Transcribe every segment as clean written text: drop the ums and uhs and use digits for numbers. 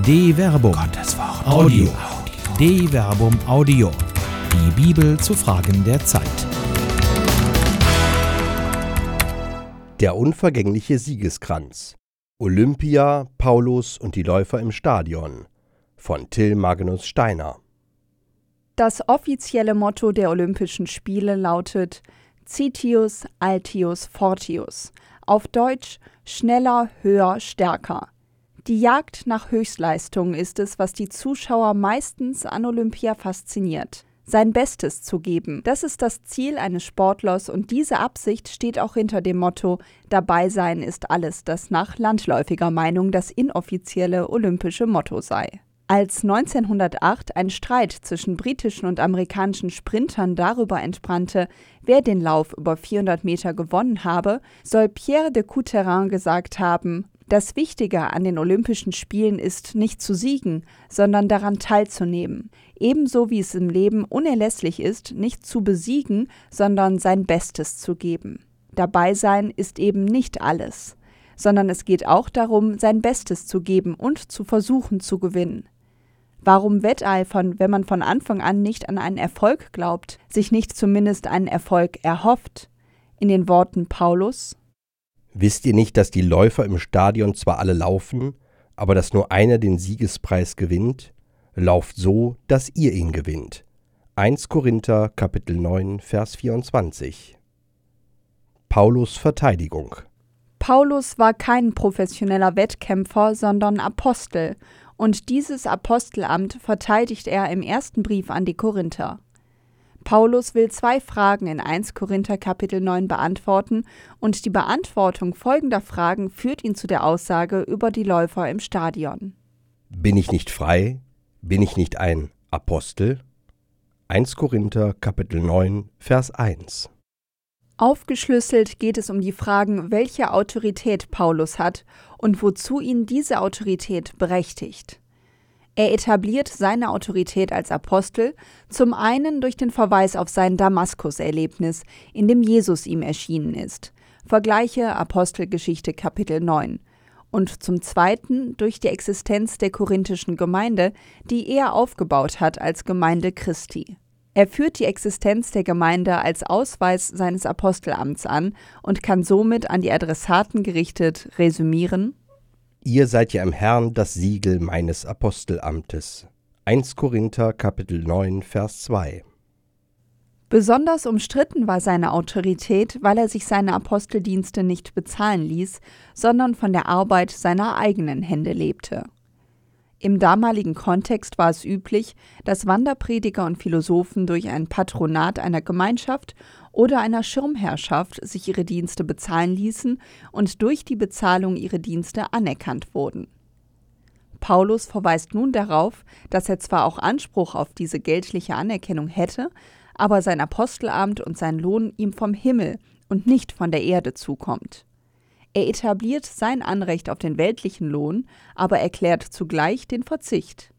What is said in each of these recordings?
De Verbum. Gottes Wort. Audio. De Verbum Audio. Die Bibel zu Fragen der Zeit. Der unvergängliche Siegeskranz. Olympia, Paulus und die Läufer im Stadion. Von Till Magnus Steiner. Das offizielle Motto der Olympischen Spiele lautet Citius, Altius, Fortius. Auf Deutsch schneller, höher, stärker. Die Jagd nach Höchstleistung ist es, was die Zuschauer meistens an Olympia fasziniert. Sein Bestes zu geben, das ist das Ziel eines Sportlers und diese Absicht steht auch hinter dem Motto Dabei sein ist alles, das nach landläufiger Meinung das inoffizielle olympische Motto sei. Als 1908 ein Streit zwischen britischen und amerikanischen Sprintern darüber entbrannte, wer den Lauf über 400 Meter gewonnen habe, soll Pierre de Coubertin gesagt haben: Das Wichtige an den Olympischen Spielen ist, nicht zu siegen, sondern daran teilzunehmen. Ebenso wie es im Leben unerlässlich ist, nicht zu besiegen, sondern sein Bestes zu geben. Dabei sein ist eben nicht alles, sondern es geht auch darum, sein Bestes zu geben und zu versuchen zu gewinnen. Warum wetteifern, wenn man von Anfang an nicht an einen Erfolg glaubt, sich nicht zumindest einen Erfolg erhofft? In den Worten Paulus: Wisst ihr nicht, dass die Läufer im Stadion zwar alle laufen, aber dass nur einer den Siegespreis gewinnt? Lauft so, dass ihr ihn gewinnt. 1 Korinther, Kapitel 9, Vers 24. Paulus' Verteidigung. Paulus war kein professioneller Wettkämpfer, sondern Apostel, und dieses Apostelamt verteidigt er im ersten Brief an die Korinther. Paulus will 2 Fragen in 1 Korinther Kapitel 9 beantworten und die Beantwortung folgender Fragen führt ihn zu der Aussage über die Läufer im Stadion. Bin ich nicht frei? Bin ich nicht ein Apostel? 1 Korinther Kapitel 9 Vers 1. Aufgeschlüsselt geht es um die Fragen, welche Autorität Paulus hat und wozu ihn diese Autorität berechtigt. Er etabliert seine Autorität als Apostel zum einen durch den Verweis auf sein Damaskus-Erlebnis, in dem Jesus ihm erschienen ist. Vergleiche Apostelgeschichte Kapitel 9. Und zum zweiten durch die Existenz der korinthischen Gemeinde, die er aufgebaut hat als Gemeinde Christi. Er führt die Existenz der Gemeinde als Ausweis seines Apostelamts an und kann somit an die Adressaten gerichtet resümieren: Ihr seid ja im Herrn das Siegel meines Apostelamtes. 1 Korinther Kapitel 9 Vers 2. Besonders umstritten war seine Autorität, weil er sich seine Aposteldienste nicht bezahlen ließ, sondern von der Arbeit seiner eigenen Hände lebte. Im damaligen Kontext war es üblich, dass Wanderprediger und Philosophen durch ein Patronat einer Gemeinschaft oder einer Schirmherrschaft sich ihre Dienste bezahlen ließen und durch die Bezahlung ihre Dienste anerkannt wurden. Paulus verweist nun darauf, dass er zwar auch Anspruch auf diese geldliche Anerkennung hätte, aber sein Apostelamt und sein Lohn ihm vom Himmel und nicht von der Erde zukommt. Er etabliert sein Anrecht auf den weltlichen Lohn, aber erklärt zugleich den Verzicht.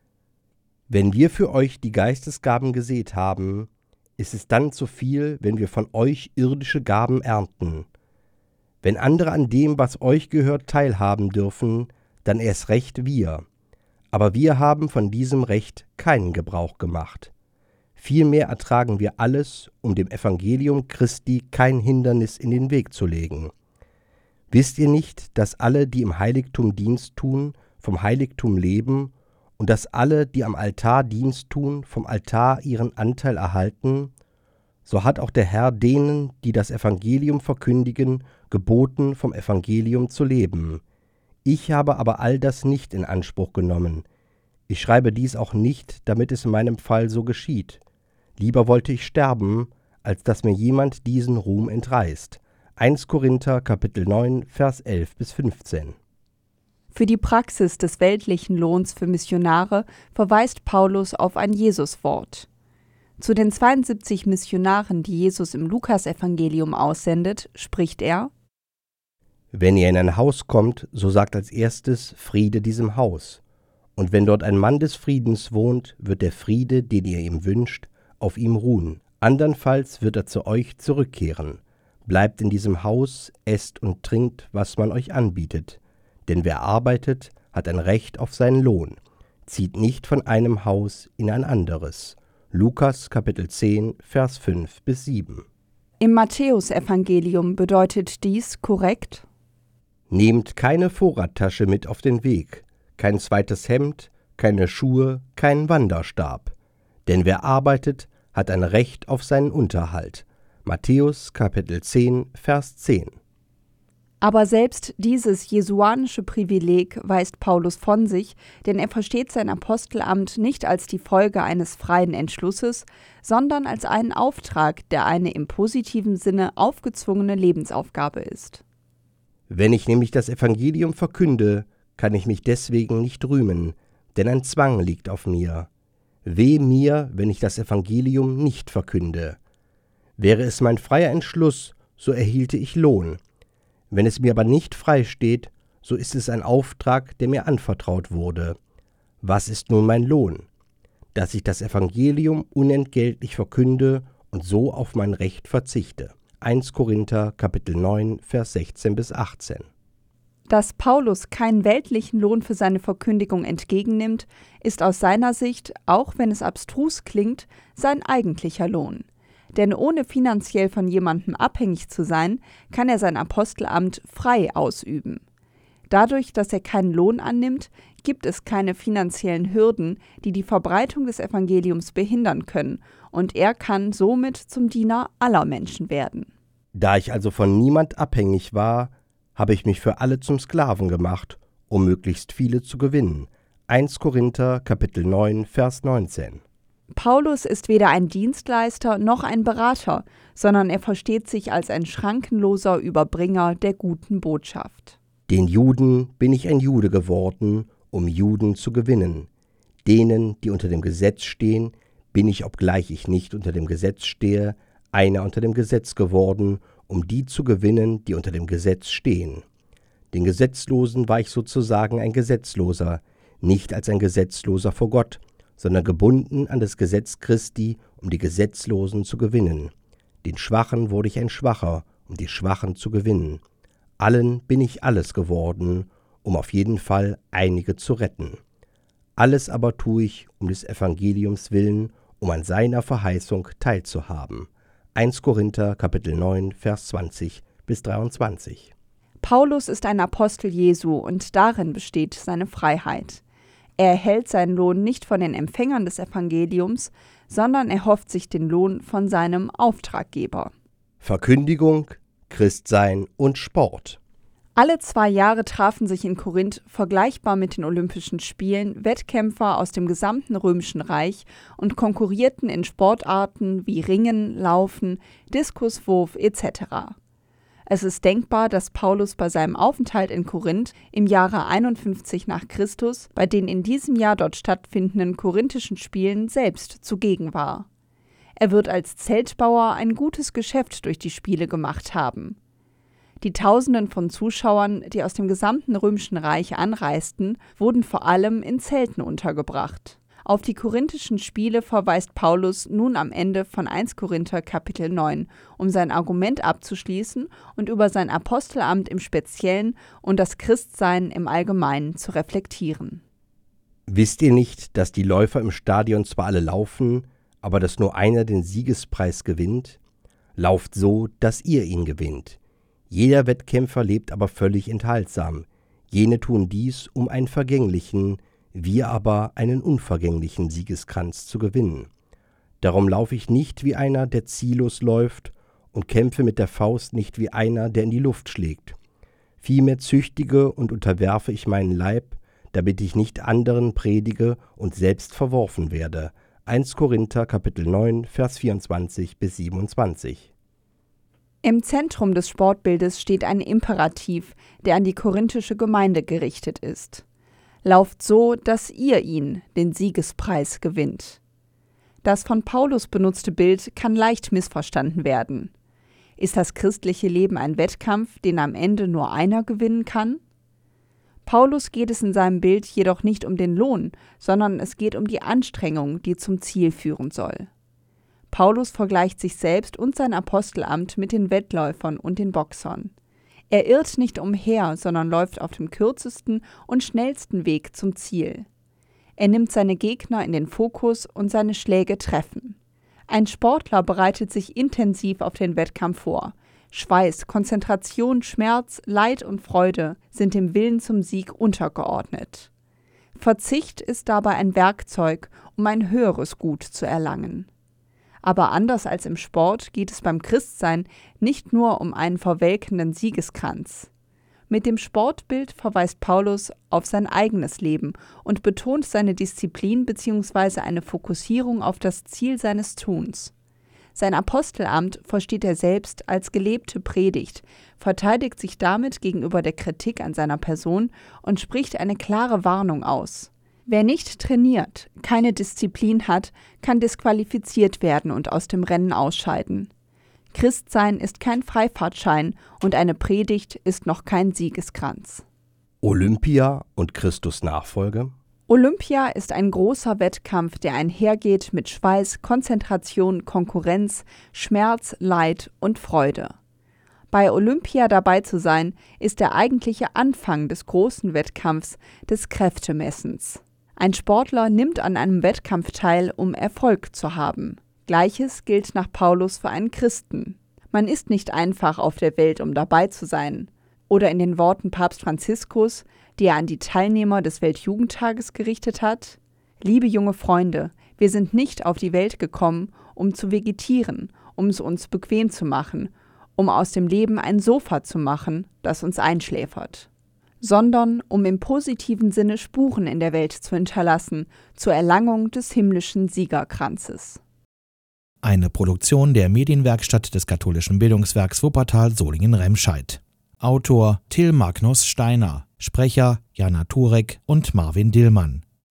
Wenn wir für euch die Geistesgaben gesät haben, ist es dann zu viel, wenn wir von euch irdische Gaben ernten. Wenn andere an dem, was euch gehört, teilhaben dürfen, dann erst recht wir. Aber wir haben von diesem Recht keinen Gebrauch gemacht. Vielmehr ertragen wir alles, um dem Evangelium Christi kein Hindernis in den Weg zu legen. Wisst ihr nicht, dass alle, die im Heiligtum Dienst tun, vom Heiligtum leben und dass alle, die am Altar Dienst tun, vom Altar ihren Anteil erhalten? So hat auch der Herr denen, die das Evangelium verkündigen, geboten, vom Evangelium zu leben. Ich habe aber all das nicht in Anspruch genommen. Ich schreibe dies auch nicht, damit es in meinem Fall so geschieht. Lieber wollte ich sterben, als dass mir jemand diesen Ruhm entreißt. 1 Korinther, Kapitel 9, Vers 11 bis 15. Für die Praxis des weltlichen Lohns für Missionare verweist Paulus auf ein Jesuswort. Zu den 72 Missionaren, die Jesus im Lukasevangelium aussendet, spricht er: Wenn ihr in ein Haus kommt, so sagt als erstes Friede diesem Haus. Und wenn dort ein Mann des Friedens wohnt, wird der Friede, den ihr ihm wünscht, auf ihm ruhen. Andernfalls wird er zu euch zurückkehren. Bleibt in diesem Haus, esst und trinkt, was man euch anbietet. Denn wer arbeitet, hat ein Recht auf seinen Lohn, zieht nicht von einem Haus in ein anderes. Lukas Kapitel 10, Vers 5 bis 7. Im Matthäusevangelium bedeutet dies korrekt: Nehmt keine Vorrattasche mit auf den Weg, kein zweites Hemd, keine Schuhe, keinen Wanderstab. Denn wer arbeitet, hat ein Recht auf seinen Unterhalt. Matthäus Kapitel 10, Vers 10. Aber selbst dieses jesuanische Privileg weist Paulus von sich, denn er versteht sein Apostelamt nicht als die Folge eines freien Entschlusses, sondern als einen Auftrag, der eine im positiven Sinne aufgezwungene Lebensaufgabe ist. Wenn ich nämlich das Evangelium verkünde, kann ich mich deswegen nicht rühmen, denn ein Zwang liegt auf mir. Weh mir, wenn ich das Evangelium nicht verkünde. Wäre es mein freier Entschluss, so erhielte ich Lohn. Wenn es mir aber nicht frei steht, so ist es ein Auftrag, der mir anvertraut wurde. Was ist nun mein Lohn? Dass ich das Evangelium unentgeltlich verkünde und so auf mein Recht verzichte. 1 Korinther Kapitel 9, Vers 16 bis 18. Dass Paulus keinen weltlichen Lohn für seine Verkündigung entgegennimmt, ist aus seiner Sicht, auch wenn es abstrus klingt, sein eigentlicher Lohn. Denn ohne finanziell von jemandem abhängig zu sein, kann er sein Apostelamt frei ausüben. Dadurch, dass er keinen Lohn annimmt, gibt es keine finanziellen Hürden, die die Verbreitung des Evangeliums behindern können, und er kann somit zum Diener aller Menschen werden. Da ich also von niemand abhängig war, habe ich mich für alle zum Sklaven gemacht, um möglichst viele zu gewinnen. 1 Korinther Kapitel 9, Vers 19. Paulus ist weder ein Dienstleister noch ein Berater, sondern er versteht sich als ein schrankenloser Überbringer der guten Botschaft. Den Juden bin ich ein Jude geworden, um Juden zu gewinnen. Denen, die unter dem Gesetz stehen, bin ich, obgleich ich nicht unter dem Gesetz stehe, einer unter dem Gesetz geworden, um die zu gewinnen, die unter dem Gesetz stehen. Den Gesetzlosen war ich sozusagen ein Gesetzloser, nicht als ein Gesetzloser vor Gott, sondern gebunden an das Gesetz Christi, um die Gesetzlosen zu gewinnen. Den Schwachen wurde ich ein Schwacher, um die Schwachen zu gewinnen. Allen bin ich alles geworden, um auf jeden Fall einige zu retten. Alles aber tue ich um des Evangeliums willen, um an seiner Verheißung teilzuhaben. 1 Korinther Kapitel 9, Vers 20 bis 23. Paulus ist ein Apostel Jesu und darin besteht seine Freiheit. Er erhält seinen Lohn nicht von den Empfängern des Evangeliums, sondern erhofft sich den Lohn von seinem Auftraggeber. Verkündigung, Christsein und Sport. Alle 2 Jahre trafen sich in Korinth vergleichbar mit den Olympischen Spielen Wettkämpfer aus dem gesamten Römischen Reich und konkurrierten in Sportarten wie Ringen, Laufen, Diskuswurf etc. Es ist denkbar, dass Paulus bei seinem Aufenthalt in Korinth im Jahre 51 nach Christus bei den in diesem Jahr dort stattfindenden Korinthischen Spielen selbst zugegen war. Er wird als Zeltbauer ein gutes Geschäft durch die Spiele gemacht haben. Die Tausenden von Zuschauern, die aus dem gesamten Römischen Reich anreisten, wurden vor allem in Zelten untergebracht. Auf die korinthischen Spiele verweist Paulus nun am Ende von 1 Korinther Kapitel 9, um sein Argument abzuschließen und über sein Apostelamt im Speziellen und das Christsein im Allgemeinen zu reflektieren. Wisst ihr nicht, dass die Läufer im Stadion zwar alle laufen, aber dass nur einer den Siegespreis gewinnt? Lauft so, dass ihr ihn gewinnt. Jeder Wettkämpfer lebt aber völlig enthaltsam. Jene tun dies, um einen vergänglichen, wir aber einen unvergänglichen Siegeskranz zu gewinnen. Darum laufe ich nicht wie einer, der ziellos läuft, und kämpfe mit der Faust nicht wie einer, der in die Luft schlägt. Vielmehr züchtige und unterwerfe ich meinen Leib, damit ich nicht anderen predige und selbst verworfen werde. 1 Korinther Kapitel 9, Vers 24 bis 27. Im Zentrum des Sportbildes steht ein Imperativ, der an die korinthische Gemeinde gerichtet ist. Lauft so, dass ihr ihn, den Siegespreis, gewinnt. Das von Paulus benutzte Bild kann leicht missverstanden werden. Ist das christliche Leben ein Wettkampf, den am Ende nur einer gewinnen kann? Paulus geht es in seinem Bild jedoch nicht um den Lohn, sondern es geht um die Anstrengung, die zum Ziel führen soll. Paulus vergleicht sich selbst und sein Apostelamt mit den Wettläufern und den Boxern. Er irrt nicht umher, sondern läuft auf dem kürzesten und schnellsten Weg zum Ziel. Er nimmt seine Gegner in den Fokus und seine Schläge treffen. Ein Sportler bereitet sich intensiv auf den Wettkampf vor. Schweiß, Konzentration, Schmerz, Leid und Freude sind dem Willen zum Sieg untergeordnet. Verzicht ist dabei ein Werkzeug, um ein höheres Gut zu erlangen. Aber anders als im Sport geht es beim Christsein nicht nur um einen verwelkenden Siegeskranz. Mit dem Sportbild verweist Paulus auf sein eigenes Leben und betont seine Disziplin bzw. eine Fokussierung auf das Ziel seines Tuns. Sein Apostelamt versteht er selbst als gelebte Predigt, verteidigt sich damit gegenüber der Kritik an seiner Person und spricht eine klare Warnung aus. Wer nicht trainiert, keine Disziplin hat, kann disqualifiziert werden und aus dem Rennen ausscheiden. Christsein ist kein Freifahrtschein und eine Predigt ist noch kein Siegeskranz. Olympia und Christus Nachfolge? Olympia ist ein großer Wettkampf, der einhergeht mit Schweiß, Konzentration, Konkurrenz, Schmerz, Leid und Freude. Bei Olympia dabei zu sein, ist der eigentliche Anfang des großen Wettkampfs, des Kräftemessens. Ein Sportler nimmt an einem Wettkampf teil, um Erfolg zu haben. Gleiches gilt nach Paulus für einen Christen. Man ist nicht einfach auf der Welt, um dabei zu sein. Oder in den Worten Papst Franziskus, die er an die Teilnehmer des Weltjugendtages gerichtet hat: Liebe junge Freunde, wir sind nicht auf die Welt gekommen, um zu vegetieren, um es uns bequem zu machen, um aus dem Leben ein Sofa zu machen, das uns einschläfert, sondern um im positiven Sinne Spuren in der Welt zu hinterlassen, zur Erlangung des himmlischen Siegerkranzes. Eine Produktion der Medienwerkstatt des katholischen Bildungswerks Wuppertal Solingen-Remscheid. Autor Till Magnus Steiner, Sprecher Jana Turek und Marvin Dillmann.